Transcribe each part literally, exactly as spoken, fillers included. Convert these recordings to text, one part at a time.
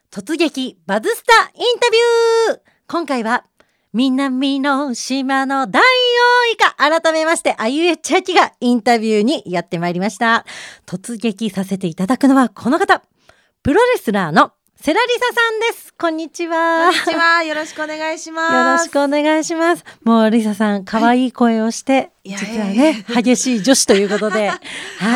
突撃バズスタインタビュー。今回は南の島のダイオウイカ、改めましてあゆえちあきがインタビューにやってまいりました。突撃させていただくのはこの方、プロレスラーのセラリサさんです。こんにちは。 こんにちは。よろしくお願いします。 よろしくお願いします。もうリサさん可愛い声をして、はい、実はね激しい女子ということで、はい、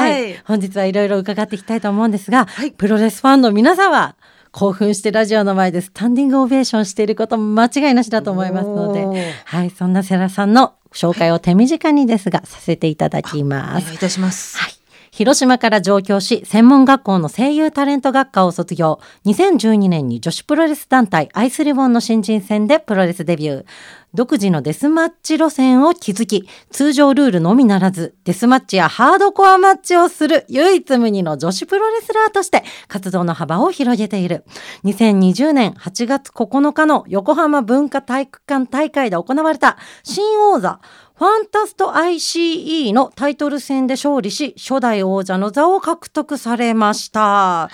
はい、本日はいろいろ伺っていきたいと思うんですが、はい、プロレスファンの皆さんは興奮してラジオの前でスタンディングオベーションしていることも間違いなしだと思いますので、はい、そんなセラさんの紹介を手短にですが、はい、させていただきます。 お願いいたします。 はい、広島から上京し、専門学校の声優タレント学科を卒業。にせんじゅうにねんに女子プロレス団体アイスリボンの新人戦でプロレスデビュー。独自のデスマッチ路線を築き、通常ルールのみならずデスマッチやハードコアマッチをする唯一無二の女子プロレスラーとして活動の幅を広げている。にせんにじゅうねんはちがつここのかの横浜文化体育館大会で行われた新王座ファンタスト アイシーイー のタイトル戦で勝利し、初代王者の座を獲得されました。 はい、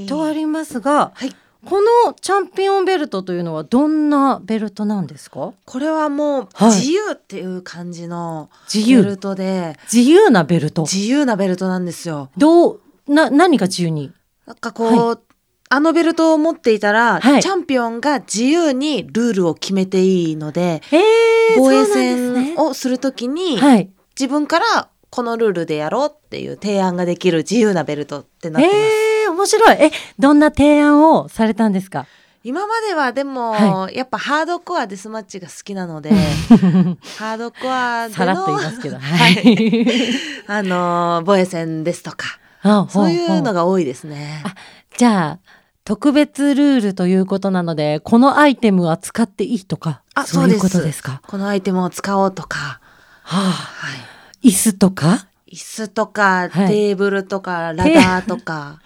とありますが、はい、このチャンピオンベルトというのはどんなベルトなんですか？ これはもう自由っていう感じのベルトで、 はい、自由なベルト自由なベルトなんですよ。 どうな何が自由に？ なんかこう、はい、あのベルトを持っていたら、はい、チャンピオンが自由にルールを決めていいので、防衛戦をするときに、はい、自分からこのルールでやろうっていう提案ができる自由なベルトってなってます。 えー、面白い。え、どんな提案をされたんですか？ 今まではでも、はい、やっぱハードコアデスマッチが好きなのでハードコアでのさらっと言いますけど、 はい、あの防衛戦ですとかそういうのが多いですね。 あ、じゃあ特別ルールということなので、このアイテムは使っていいとか、あ、そういうことですか？ このアイテムを使おうとか、はあ、はい、椅子とか椅子とか、はい、テーブルとかラダーとか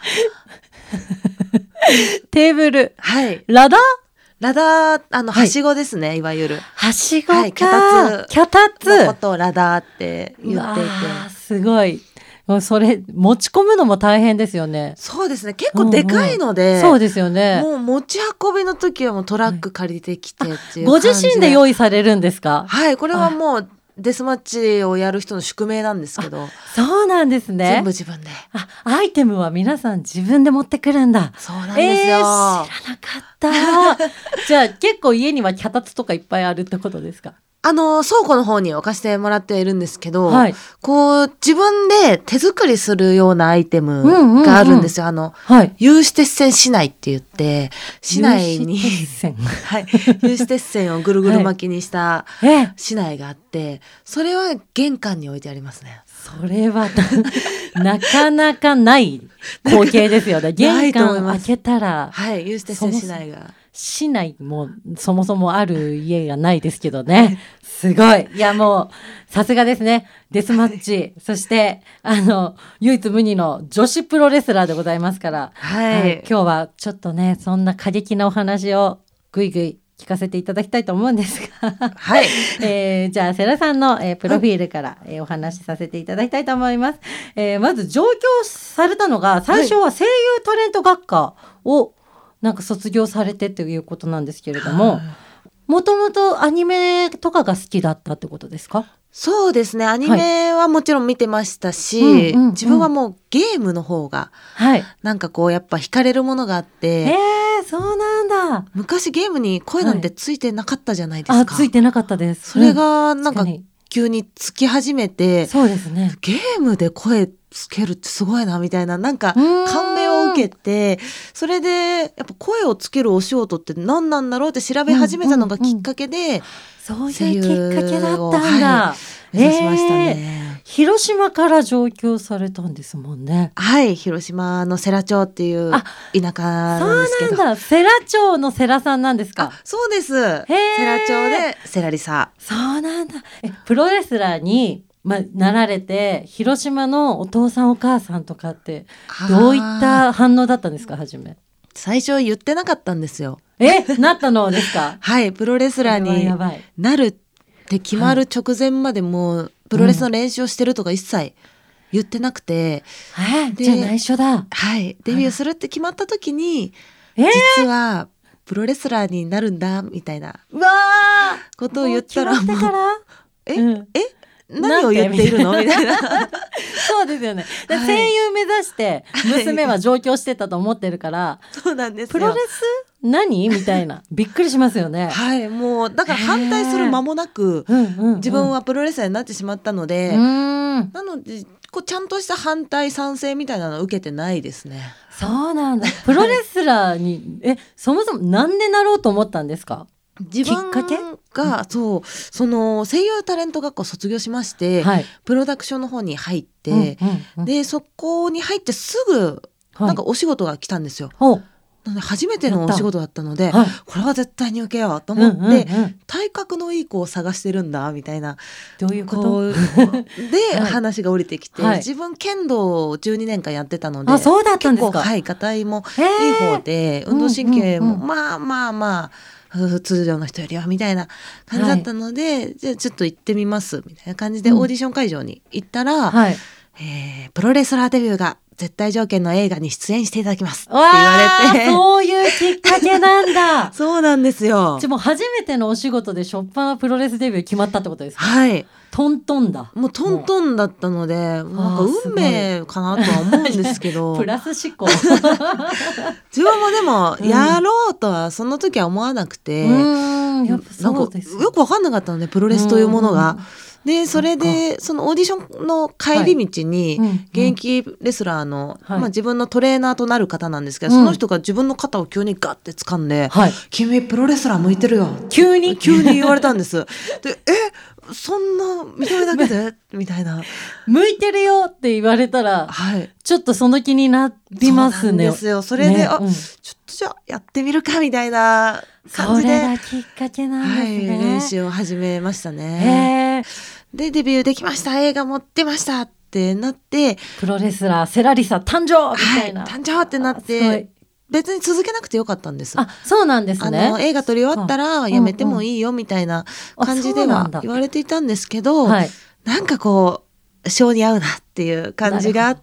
テーブル、 はい、 ラダーラダー、あの、はしごですね、はい、いわゆるはしごか、はい、 脚立脚立のことをラダーって言っていて、 すごい。それ持ち込むのも大変ですよね。 そうですね、結構でかいので、 うんうん、そうですよね。 もう持ち運びの時はもうトラック借りてきてっていう感じで、ご自身で用意されるんですか？ はい、これはもうデスマッチをやる人の宿命なんですけど。 そうなんですね。 全部自分で。 あ、アイテムは皆さん自分で持ってくるんだ。 そうなんですよ。 えー、知らなかった。じゃあ結構家には脚立とかいっぱいあるってことですか？ あの倉庫の方に置かせてもらっているんですけど、はい、こう自分で手作りするようなアイテムがあるんですよ。うんうんうん、あの、はい、有刺鉄線市内って言って市内にはい、有刺鉄線をぐるぐる巻きにした市内があって、はい、それは玄関に置いてありますね。 それはなかなかない光景ですよね。玄関開けたら、 はい、有刺鉄線市内が。 市内もそもそもある家がないですけどね。すごい。いやもうさすがですね。デスマッチ、はい、そしてあの唯一無二の女子プロレスラーでございますから、 はいはい、 今日はちょっとねそんな過激なお話をぐいぐい聞かせていただきたいと思うんですが、 はいえー、じゃあ世良さんの、えー、プロフィールから、えー、お話しさせていただきたいと思います。えー、まず上京されたのが最初は声優タレント学科をなんか卒業されてということなんですけれども、もともとアニメとかが好きだったってことですか？ そうですね、アニメはもちろん見てましたし、はいうんうんうん、自分はもうゲームの方が、はい、なんかこうやっぱ惹かれるものがあって、 へー、そうなんだ。 昔ゲームに声なんてついてなかったじゃないですか。 はい、あ、ついてなかったです。 それがなんか急につき始めて、 そうですね、 ゲームで声つけるってすごいなみたいな、なんか感銘を受けて、それでやっぱ声をつけるお仕事って何なんだろうって調べ始めたのがきっかけで、うんうんうん、 そういうきっかけだったんだ、 はい、目指しましたね。 えー、広島から上京されたんですもんね。 はい、広島の世羅町っていう田舎なんですけど。 そうなんだ、世羅町の世羅さんなんですか？ そうです。世羅町でセラリサ。 そうなんだ。え、プロレスラーにまあ、なられて広島のお父さんお母さんとかってどういった反応だったんですか？初め最初言ってなかったんですよ。 え、なったのですか？ はい、プロレスラーになるって決まる直前までもうプロレスの練習をしてるとか一切言ってなくて、 うん、じゃあ内緒だ。 はい、デビューするって決まった時に、 えー、実はプロレスラーになるんだみたいなことを言ったらもうえ、うん、え何を言っているのみたいなそうですよね。はい、声優目指して娘は上京してたと思ってるから、はい、 そうなんですよ。 プロレス何みたいなびっくりしますよね。 はいもうだから反対する間もなく、うんうんうん、自分はプロレスラーになってしまったので、なのでこうちゃんとした反対賛成みたいなのを受けてないですね。 そうなんだ。プロレスラーにえそもそもなんでなろうと思ったんですか？ 自分がそうその声優タレント学校を卒業しまして、はい、プロダクションの方に入って、うんうんうん、でそこに入ってすぐなんかお仕事が来たんですよ。はい、なので初めてのお仕事だったので、はい、これは絶対に受けようと思って、うんうんうん、体格のいい子を探してるんだみたいなどういうことで話が降りてきて、はい、自分剣道をじゅうにねんかんやってたので、 あそうだったんですか。 結構はいがたいもいい方で運動神経も、うんうんうん、まあまあまあ通常の人よりはみたいな感じだったので、はい、じゃあちょっと行ってみますみたいな感じでオーディション会場に行ったら、うんはいえー、プロレスラーデビューが絶対条件の映画に出演していただきますって言われて、 そういうきっかけなんだそうなんですよ。 じゃあもう初めてのお仕事でしょっぱなプロレスデビュー決まったってことですか？ はいトントンだ。 もうトントンだったのでなんか運命かなとは思うんですけどプラス思考自分もでもやろうとはその時は思わなくて、うん、やっぱそうです。なんかよく分かんなかったのでプロレスというものが。でそれでそのオーディションの帰り道に現役レスラーの、はいまあ、自分のトレーナーとなる方なんですけど、はい、その人が自分の肩を急にガッて掴んで、はい、君プロレスラー向いてるよ急に急に言われたんですでえそんな見た目だけでみたいな向いてるよって言われたら、はい、ちょっとその気になりますね。 そうなんですよ。それで、ね、あ、うん、ちょっとじゃあやってみるかみたいな感じでそれがきっかけなんですね、 はい、練習を始めましたね。でデビューできました映画持ってましたってなってプロレスラーセラリサ誕生みたいな、 はい、誕生ってなって別に続けなくてよかったんです。 あそうなんですね。 あの映画撮り終わったらやめてもいいよみたいな感じでは言われていたんですけど、はい、なんかこう性に合うなっていう感じがあって、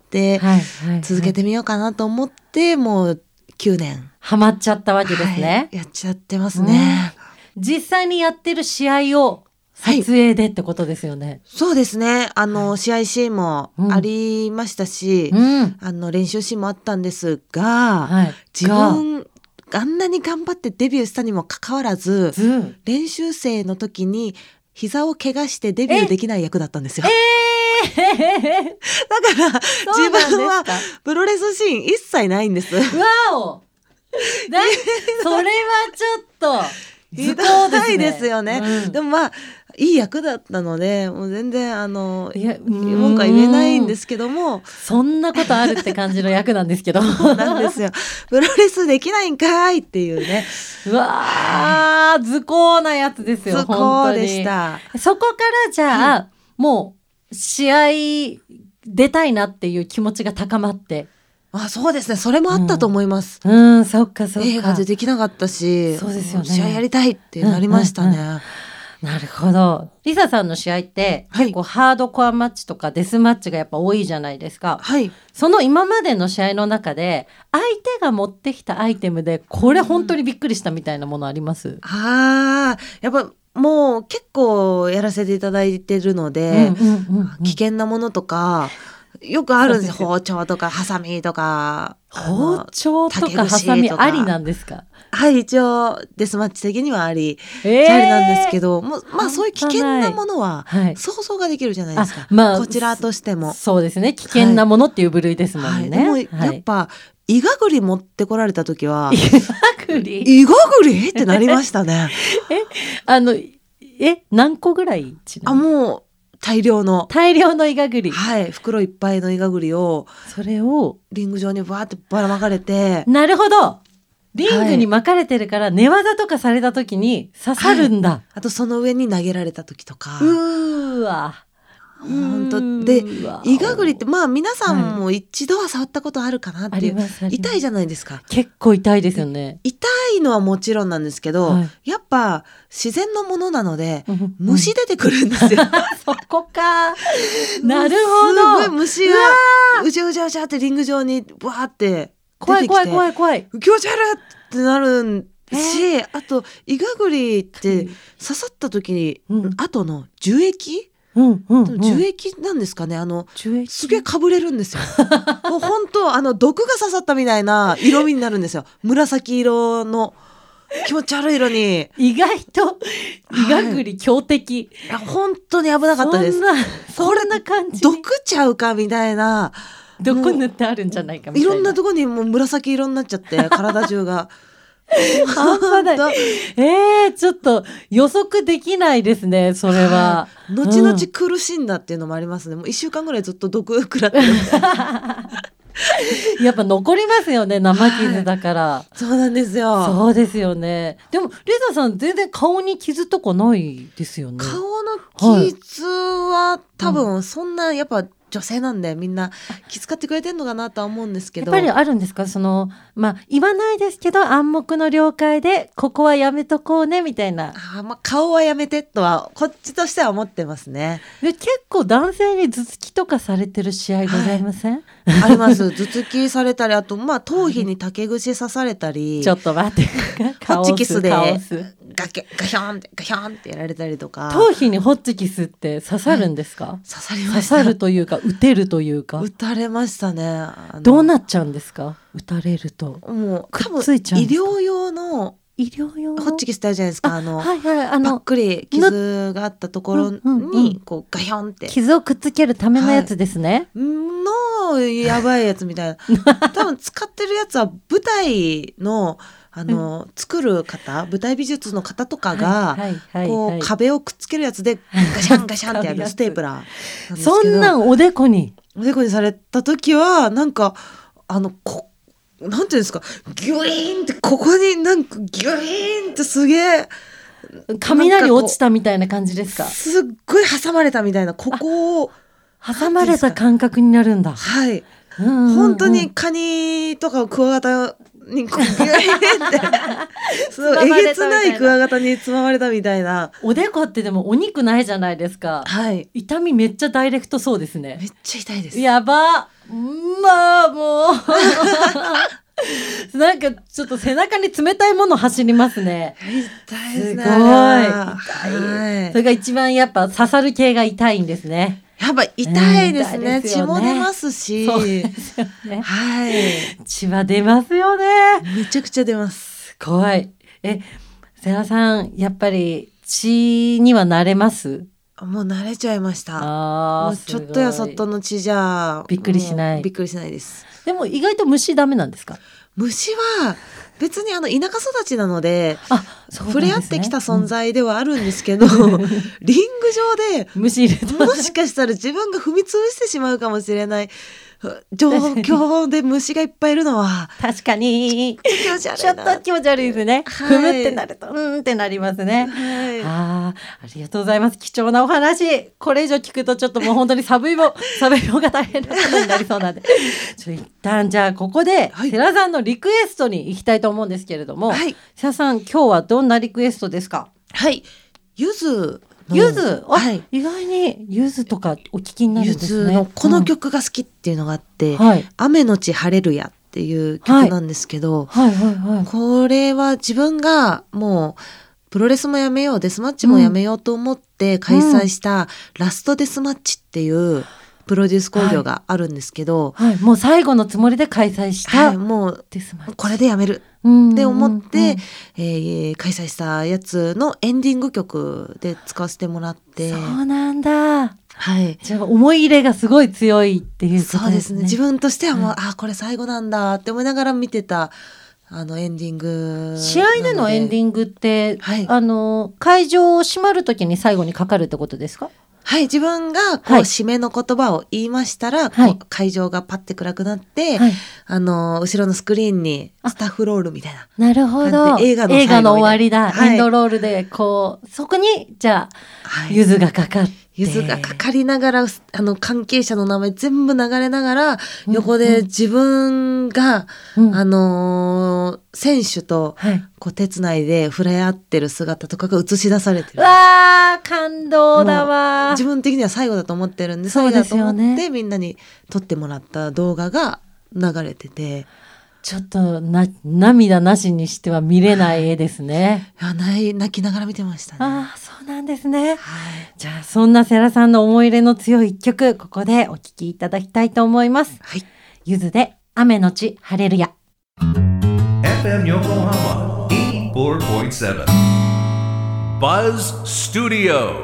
はいはいはい、続けてみようかなと思ってもうきゅうねんハマっちゃったわけですね、 はい、やっちゃってますね、 うん、実際にやってる試合を撮影でってことですよね、はい、 そうですね。あの、はい、試合シーンもありましたし、うん、あの練習シーンもあったんですが、はい、自分あんなに頑張ってデビューしたにもかかわらず、うん、練習生の時に膝を怪我してデビューできない役だったんですよ。えー、だから自分はプロレスシーン一切ないんです。わおだそれはちょっとひどいですよね、うん、でもまあいい役だったのでもう全然あの文句は言えないんですけどもそんなことあるって感じの役なんですけどそうなんですよ。プロレスできないんかいっていうねうわー図工なやつですよ。 図工でした。 そこからじゃあ、はい、もう試合出たいなっていう気持ちが高まってあそうですねそれもあったと思います、 うん、うん、そっかそっか映画でできなかったしそうですよね試合やりたいってなりましたね、うんうんうんなるほど。リサさんの試合って結構ハードコアマッチとかデスマッチがやっぱ多いじゃないですか、はい、その今までの試合の中で相手が持ってきたアイテムでこれ本当にびっくりしたみたいなものあります？うん、 あやっぱもう結構やらせていただいてるので、うんうんうんうん、危険なものとかよくあるんですよ。包丁とかハサミとか包丁とかハサミありなんですか？ はい一応デスマッチ的にはあり、えー、ありなんですけどもう、まあ、そういう危険なものは想像ができるじゃないですか、はいまあ、こちらとしてもそうですね危険なものっていう部類ですもんね、 はいはい、でもやっぱ、はい、イガグリ持ってこられた時はイガグリイガグリってなりましたねえあのえ何個ぐらいちなみにあもう大量の大量のイガグリはい袋いっぱいのイガグリをそれをリング上にバーってばらまかれてなるほどリングに巻かれてるから、はい、寝技とかされた時に刺さるんだ、はい、 あとその上に投げられた時とかうーわ本当でイガグリってまあ皆さんも一度は触ったことあるかなっていう、はい、痛いじゃないですか。 結構痛いですよね。 痛いのはもちろんなんですけど、はい、やっぱ自然のものなので、うん、虫出てくるんですよそこかなるほどすごい虫がうじゃうじゃうじゃってリング上にわーって怖い怖い怖い怖い。 気持ち悪いってなるんし、あとイガグリって刺さった時に、うん、後の樹液、 うんうんうん、 樹液なんですかね、あのすげえかぶれるんですよもう本当あの毒が刺さったみたいな色味になるんですよ紫色の気持ち悪い色に。 意外とイガグリ強敵、 はい、本当に危なかったです。 そんなそんな感じ。 毒ちゃうかみたいな、 毒塗ってあるんじゃないかみたいな、 いろんなとこにもう紫色になっちゃって体中が半端ない。えー、ちょっと予測できないですねそれは。 後々苦しんだっていうのもありますね。もういっしゅうかんぐらいずっと毒食らってるやっぱ残りますよね生傷だから、はい、 そうなんですよ。 そうですよね。でもレザさん全然顔に傷とかないですよね。 顔の傷は多分そんなやっぱ女性なんでみんな気遣ってくれてるのかなとは思うんですけど、 やっぱりあるんですか、そのまあ言わないですけど暗黙の了解でここはやめとこうねみたいな。 あ、まあ、顔はやめてとはこっちとしては思ってますね。 で結構男性に頭突きとかされてる試合ございません？はい、 あります。頭突きされたり、あとまあ頭皮に竹串刺されたり、 ちょっと待ってホッチキスでガキガヒョンってガヒョンってやられたりとか。 頭皮にホッチキスって刺さるんですか？はい、 刺さりました。 刺さるというか打てるというか。 打たれましたね。 どうなっちゃうんですか？打たれるともう多分医療用の医療用ホッチキスってあるじゃないですか。あの、 はいはい、あのばっくり傷があったところにこうガヒョンって傷をくっつけるためのやつですね。 はい、のやばいやつみたいな多分使ってるやつは舞台のあの、うん、作る方、舞台美術の方とかが、はいはいはいはい、こう壁をくっつけるやつでガシャンガシャンってやるステープラーなんですけど、 そんなんおでこにおでこにされた時はなんかあのこなんていうんですか、ギュイーンってここになんかギュイーンってすげえ雷落ちたみたいな感じですか？ すっごい挟まれたみたいな、ここを挟まれた感覚になるんだ。 はい、うんうんうん、本当にカニとかクワガタにこうギュイーンってそうえげつないクワガタにつままれたみたいな。 おでこってでもお肉ないじゃないですか。 はい、 痛みめっちゃダイレクトそうですね。 めっちゃ痛いです。 やばまあもうなんかちょっと背中に冷たいもの走りますね。 痛いですね。 すごい痛い、はい、それが一番やっぱ刺さる系が痛いんですね。 やっぱ痛いですね。うん、ですよね。血も出ますし。 そうですよね。 はい。 血は出ますよね。 めちゃくちゃ出ます。 怖い。え、世良さんやっぱり血には慣れます？ もう慣れちゃいました。 あもうちょっとやそっとの血じゃびっくりしない。 びっくりしないです。 でも意外と虫ダメなんですか？ 虫は別にあの田舎育ちなので、 あ、そうなんですね、 触れ合ってきた存在ではあるんですけど、うん、リング上で虫入れたもしかしたら自分が踏み潰してしまうかもしれない状況で虫がいっぱいいるのは確かに気持ち悪いな。 ちょっと気持ち悪いですね、はい、踏むってなるとうんってなりますね、 はい、 あ, ありがとうございます。貴重なお話。これ以上聞くとちょっともう本当にサブイボサブイボが大変なことになりそうなんでちょ一旦じゃあここで世良さんのリクエストに行きたいと思うんですけれども、はい、世良さん今日はどんなリクエストですか？ はい、ゆずゆず、はい、意外にゆずとかお聞きになるんですね。 ゆずのこの曲が好きっていうのがあって、うん、雨のち晴れるやっていう曲なんですけど、 はいはいはいはい、 これは自分がもうプロレスもやめようデスマッチもやめようと思って開催したラストデスマッチっていうプロデュース工業があるんですけど、 はいはい、もう最後のつもりで開催した、 はい、もうこれでやめるって思って、うんうんうん、えー、開催したやつのエンディング曲で使わせてもらって。 そうなんだ。 はい、 じゃあ思い入れがすごい強いっていうことですね。 そうですね。自分としてはもう、うん、あこれ最後なんだって思いながら見てたあのエンディング。 試合でのエンディングって、はい、あの会場を閉まるときに最後にかかるってことですか？ はい、自分がこう、はい、締めの言葉を言いましたら、はい、こう会場がパッて暗くなって、はい、あの後ろのスクリーンにスタッフロールみたいな。 なるほど。映画の映画の終わりだ、はい、エンドロールでこうそこにじゃあ、はい、ゆずがかかってゆずがかかりながらあの関係者の名前全部流れながら、うん、横で自分が、うん、あのー、選手とこう手つないで触れ合ってる姿とかが映し出されてる。 わー感動だわ。 自分的には最後だと思ってるんで、最後だと思ってみんなに撮ってもらった動画が流れてて、 ちょっとな涙なしにしては見れない絵ですね。 はい、泣, 泣きながら見てましたね。 ああ、そうなんですね。はい、じゃあそんな世良さんの思い入れの強い一曲、ここでお聴きいただきたいと思います。 はい、 ゆずで雨のち晴れるや。 エフエム Yokohama エイティフォーポイントセブン Buzz Studio。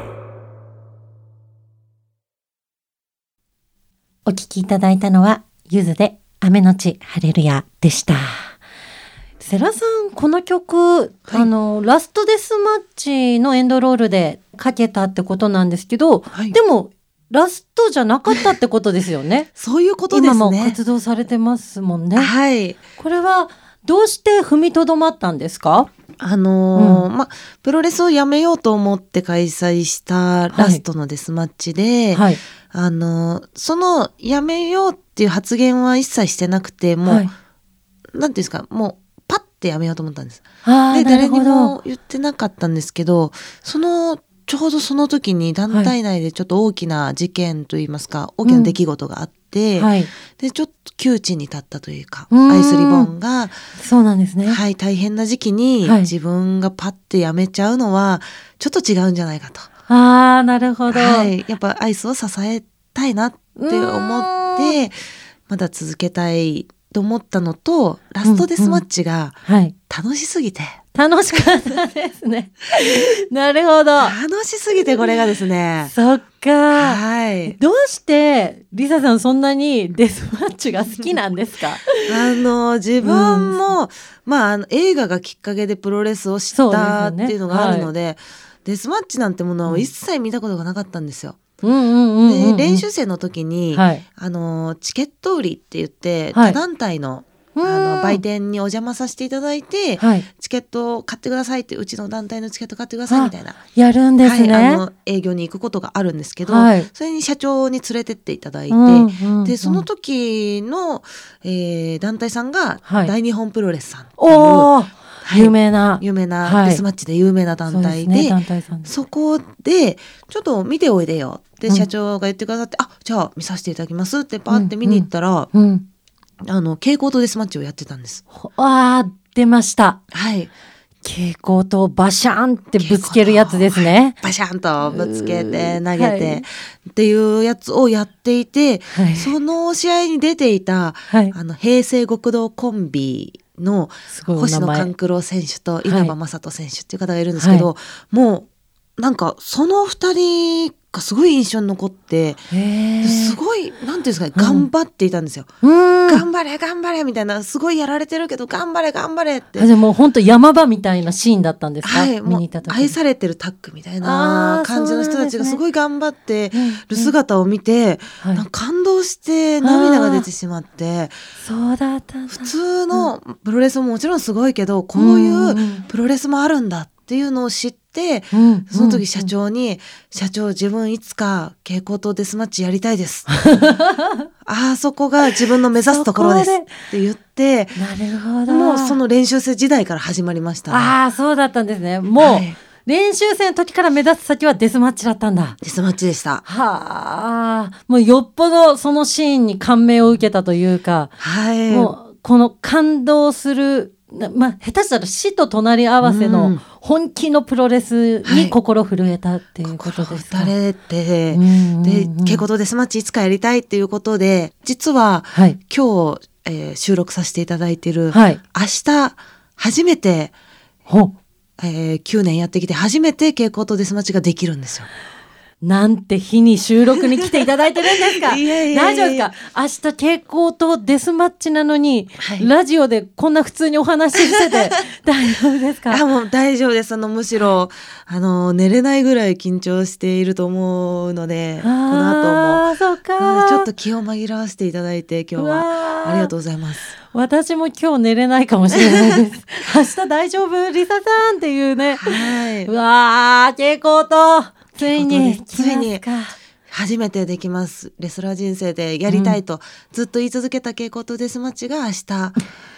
お聴きいただいたのはゆずで雨のち晴れるやでした。世良さん、この曲、はい、あのラストデスマッチのエンドロールでかけたってことなんですけど、はい、でもラストじゃなかったってことですよね。 そういうことですね。 今も活動されてますもんね。 はい。 これはどうして踏みとどまったんですか？ あのーうんま、プロレスをやめようと思って開催したラストのデスマッチで、はいはい、あのー、そのやめようっていう発言は一切してなくて、もう、はい、なんていうんですか、もうパッてやめようと思ったんです。で、誰にも言ってなかったんですけど、そのちょうどその時に団体内でちょっと大きな事件といいますか、はい、大きな出来事があって、うんはい、でちょっと窮地に立ったというか、アイスリボンがそうなんですね、 はい、大変な時期に自分がパッてやめちゃうのはちょっと違うんじゃないかと。 あー、なるほど、 はい、やっぱアイスを支えたいなって思ってまだ続けたいと思ったのと、ラストデスマッチが楽しすぎて、 うんうんはい、楽しかったですね。なるほど。 楽しすぎてこれがですね。 そっか。 はい。 どうしてリサさんそんなにデスマッチが好きなんですか？ あの自分も、うん、まあ、あの映画がきっかけでプロレスを知ったっていうのがあるので、で、ねはい、デスマッチなんてものを一切見たことがなかったんですよ。で練習生の時に、はい、あのチケット売りって言って、はい、他団体のあの売店にお邪魔させていただいて、はい、チケットを買ってくださいって、うちの団体のチケット買ってくださいみたいなやるんですね、 はい、あの営業に行くことがあるんですけど、はい、それに社長に連れてっていただいて、うんうんうん、でその時の、えー、団体さんが大日本プロレスさんっていう、 はい、有名な有名なデスマッチで有名な団体 で,、はい そ, でね、そこでちょっと見ておいでよって社長が言ってくださって、うん、あじゃあ見させていただきますってパーって見に行ったら、うんうんあの蛍光灯デスマッチをやってたんです。 あー出ました。 はい。 蛍光灯バシャンってぶつけるやつですね。 バシャンとぶつけて投げて、はい、っていうやつをやっていて、はい、その試合に出ていた、はい、あの平成極道コンビの星野勘九郎選手と稲葉正人選手っていう方がいるんですけど、はい、もうなんかその二人がすごい印象に残って、すごいなんていうんですかね、頑張っていたんですよ、うん、頑張れ頑張れみたいな、すごいやられてるけど頑張れ頑張れって。 あ、じゃあもう本当山場みたいなシーンだったんですか？はい、見に行った時。 愛されてるタッグみたいな感じの人たちがすごい頑張ってる姿を見て、うんうん、なんか感動して涙が出てしまって、 そうだったんだ。 普通のプロレスももちろんすごいけど、こういうプロレスもあるんだっていうのを知ってで、うん、その時社長に、うんうん、社長自分いつか蛍光灯デスマッチやりたいですあそこが自分の目指すところですって言って、 なるほど、 もうその練習生時代から始まりました、ね、 ああそうだったんですね。もう、はい、練習生の時から目指す先はデスマッチだったんだ。 デスマッチでした。 はあ、もうよっぽどそのシーンに感銘を受けたというか、はい、もうこの感動する、まあ、下手したら死と隣り合わせの本気のプロレスに心震えたっていうことですか？ はい、心打たれて、うんうんうん、で蛍光灯デスマッチいつかやりたいっていうことで、実は、はい、今日、えー、収録させていただいている、はい、明日初めて、えー、きゅうねんやってきて初めて蛍光灯デスマッチができるんですよ。 なんて日に収録に来ていただいてるんですか？ いやいやいや、 大丈夫ですか？明日蛍光灯デスマッチなのに、はい、ラジオでこんな普通にお話ししてて大丈夫ですか？ あ、もう大丈夫です。あのむしろあの寝れないぐらい緊張していると思うので、この後もそうか、 ちょっと気を紛らわせていただいて今日はありがとうございます。 私も今日寝れないかもしれないです明日大丈夫リサさんっていうね、はい、うわー蛍光灯ついについに初めてできます。レスラー人生でやりたいと、うん、ずっと言い続けた蛍光灯デスマッチが明日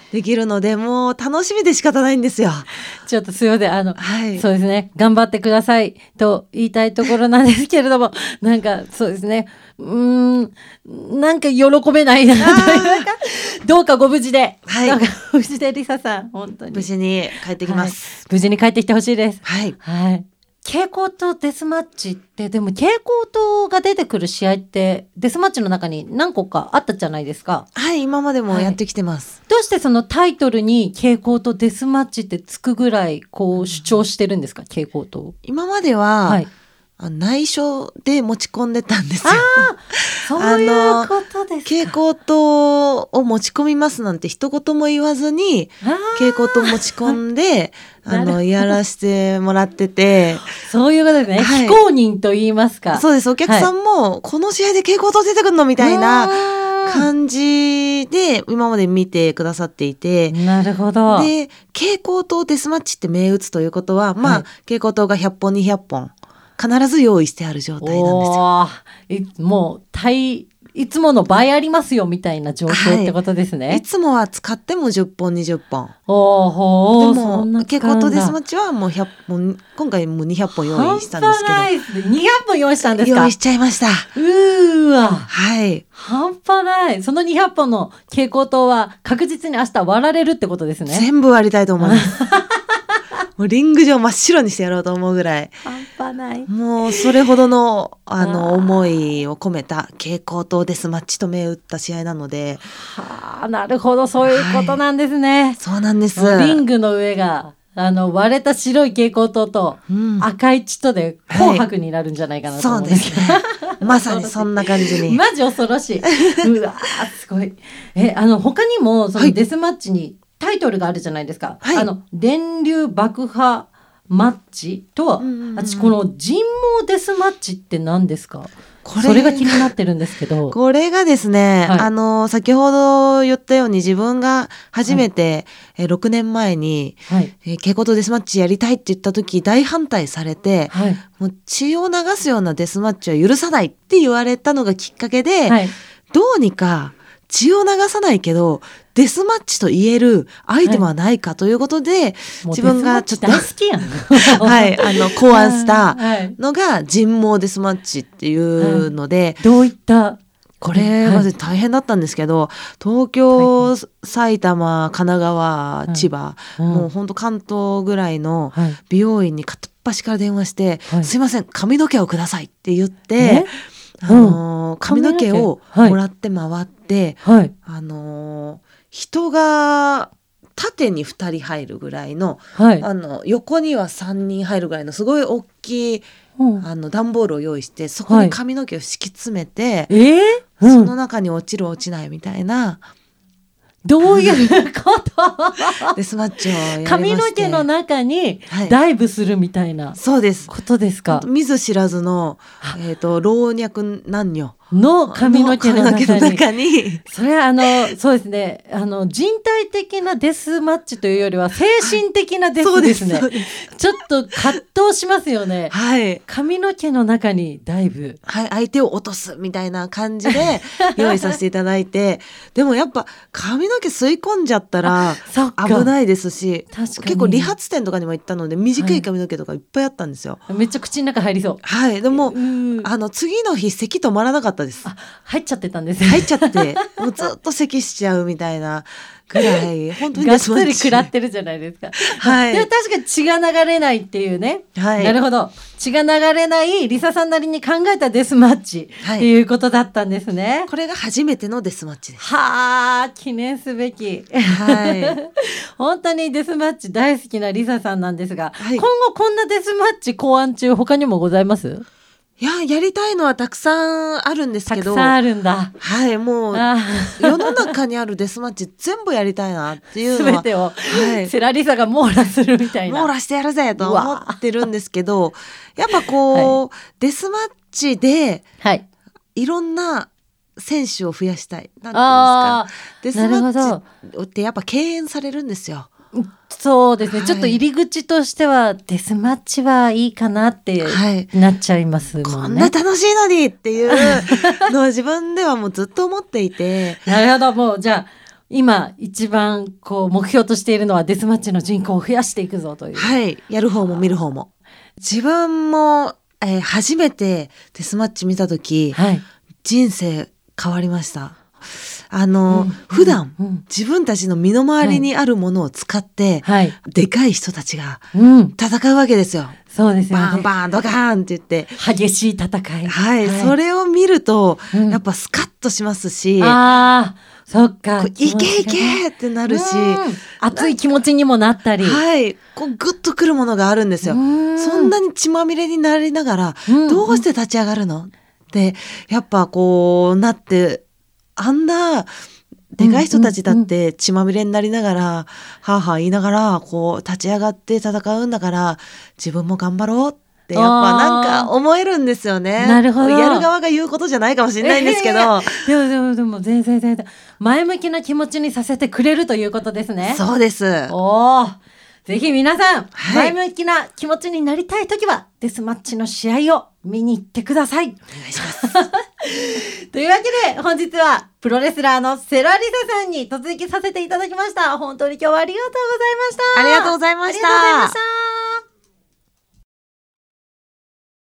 できるので、もう楽しみで仕方ないんですよ。 ちょっとすいません、あの、 はい、 そうですね、頑張ってくださいと言いたいところなんですけれどもなんかそうですね、うーん、なんか喜べないなというかどうかご無事で、 はい、 どうかご無事でリサさん本当に無事に帰ってきます、 はい、無事に帰ってきてほしいです。 はい、 はい。蛍光灯デスマッチってでも蛍光灯が出てくる試合ってデスマッチの中に何個かあったじゃないですか。 はい、今までもやってきてます、 はい、どうしてそのタイトルに蛍光灯デスマッチってつくぐらいこう主張してるんですか、蛍光灯。 今までは、はい、内緒で持ち込んでたんですよ。 あそういうことですか。 蛍光灯を持ち込みますなんて一言も言わずに蛍光灯持ち込んであのやらせてもらっててそういうことですね、はい、非公認と言いますか。 そうです。お客さんも、はい、この試合で蛍光灯出てくるのみたいな感じで今まで見てくださっていて。 なるほど。 で蛍光灯デスマッチって銘打つということは、まあ、はい、蛍光灯がひゃっぽんにひゃっぽん必ず用意してある状態なんですよ。もう対いつもの倍ありますよみたいな状況ってことですね。 はい、いつもは使ってもじゅっぽんにじゅっぽん。 おほー、 でも蛍光灯デスマッチはもうひゃっぽん、今回もうにひゃっぽん用意したんですけど。 半端ないですね。にひゃっぽん用意したんですか。 用意しちゃいました。 うーわ。 はい。 半端ない。そのにひゃっぽんの蛍光灯は確実に明日割られるってことですね。 全部割りたいと思います。もうリング上真っ白にしてやろうと思うぐらい。 半端ない。 もうそれほどのあの思いを込めた蛍光灯デスマッチと銘打った試合なので。 はあ、なるほど、そういうことなんですね。はい、 そうなんです。 リングの上があの割れた白い蛍光灯と赤い血とで紅白になるんじゃないかなと思うんですけど、 はい、そうですね。まさにそんな感じに。 マジ恐ろしい。うわすごい。えあの他にもそのデスマッチに、はい、タイトルがあるじゃないですか、はい、あの電流爆破マッチとは、うんうんうん、私この人毛デスマッチって何ですか。これそれが気になってるんですけど。 これがですね、はい、あの先ほど言ったように自分が初めて、はい、えろくねんまえに、はい、え蛍光灯デスマッチやりたいって言った時大反対されて、はい、もう血を流すようなデスマッチは許さないって言われたのがきっかけで、はい、どうにか血を流さないけどデスマッチと言えるアイテムはないかということで、はい、自分がちょっと大好きやんはいあの考案したのが人毛デスマッチっていうので、 はい、どういったこれは大変だったんですけど、東京、埼玉、神奈川、千葉、はい、もう本当関東ぐらいの美容院に片っ端から電話して、はい、すいません髪の毛をくださいって言って、あのー、髪の毛をもらって回って、はい、あのー、人が縦にふたり入るぐらいの、はい、あの横にはさんにん入るぐらいのすごい大きい、うん、あの段ボールを用意してそこに髪の毛を敷き詰めて、はい、えーうん、その中に落ちる落ちないみたいな。 どういうことデスマッチをやりまして、 髪の毛の中にダイブするみたいな、はい、 そうですことですか。 見ず知らずの、えーと、老若男女の髪の毛の中 に, の中にそれはあのそうですね、あの人体的なデスマッチというよりは精神的なデスですね。ちょっと葛藤しますよね、はい、髪の毛の中にダイブ、 はい、相手を落とすみたいな感じで用意させていただいてでもやっぱ髪の毛吸い込んじゃったら危ないですし、結構理髪店とかにも行ったので短い髪の毛とかいっぱいあったんですよ、 はい、めっちゃ口の中入りそう。 はい、でもあの次の日咳止まらなかったです。 あ、入っちゃってたんですね。 入っちゃってもうずっと咳しちゃうみたいなぐらい本当にがっつり食らってるじゃないですか、はい、でも確かに血が流れないっていうね、はい、なるほど、血が流れないリサさんなりに考えたデスマッチ、はい、っていうことだったんですね。 これが初めてのデスマッチです。 はあ、記念すべき、はい、本当にデスマッチ大好きなリサさんなんですが、はい、今後こんなデスマッチ考案中他にもございます？ いややりたいのはたくさんあるんですけど、 たくさんあるんだ。 はい、もう世の中にあるデスマッチ全部やりたいなっていうのは全てを、はい、セラリサが網羅するみたいな、 網羅してやるぜと思ってるんですけどやっぱこう、はい、デスマッチで、はい、いろんな選手を増やしたい。なんていうんですか、デスマッチってやっぱ敬遠されるんですよ。 そうですね、はい、ちょっと入り口としてはデスマッチはいいかなってなっちゃいますもんね、はい、 こんな楽しいのにっていうのは自分ではもうずっと思っていてなるほど、もうじゃあ今一番こう目標としているのはデスマッチの人口を増やしていくぞという。 はい、やる方も見る方も。自分も、えー、初めてデスマッチ見た時、はい、人生変わりました。あの、うん、普段、うん、自分たちの身の回りにあるものを使って、はい、でかい人たちが戦うわけですよ。 うんそうですよね、 バーンバーンドカーンって言って激しい戦い、 はい、はい、それを見ると、うん、やっぱスカッとしますし、 あーそっか、 いけいけってなるし、 熱い気持ちにもなったり、 はい、こうグッとくるものがあるんですよ。んそんなに血まみれになりながら、うん、どうして立ち上がるのってやっぱこうなって、あんなでかい人たちだって血まみれになりながら、うんうんうん、はあはあ言いながらこう立ち上がって戦うんだから、自分も頑張ろうってやっぱなんか思えるんですよね。 なるほど。 やる側が言うことじゃないかもしれないんですけど、えー、 でもでもでも全然全然前向きな気持ちにさせてくれるということですね。 そうです。 おー、ぜひ皆さん、はい、前向きな気持ちになりたいときはデスマッチの試合を見に行ってください。 お願いしますというわけで本日はプロレスラーの世良梨沙さんに突撃させていただきました。本当に今日はありがとうございました。 ありがとうございました。 ありがとうございました。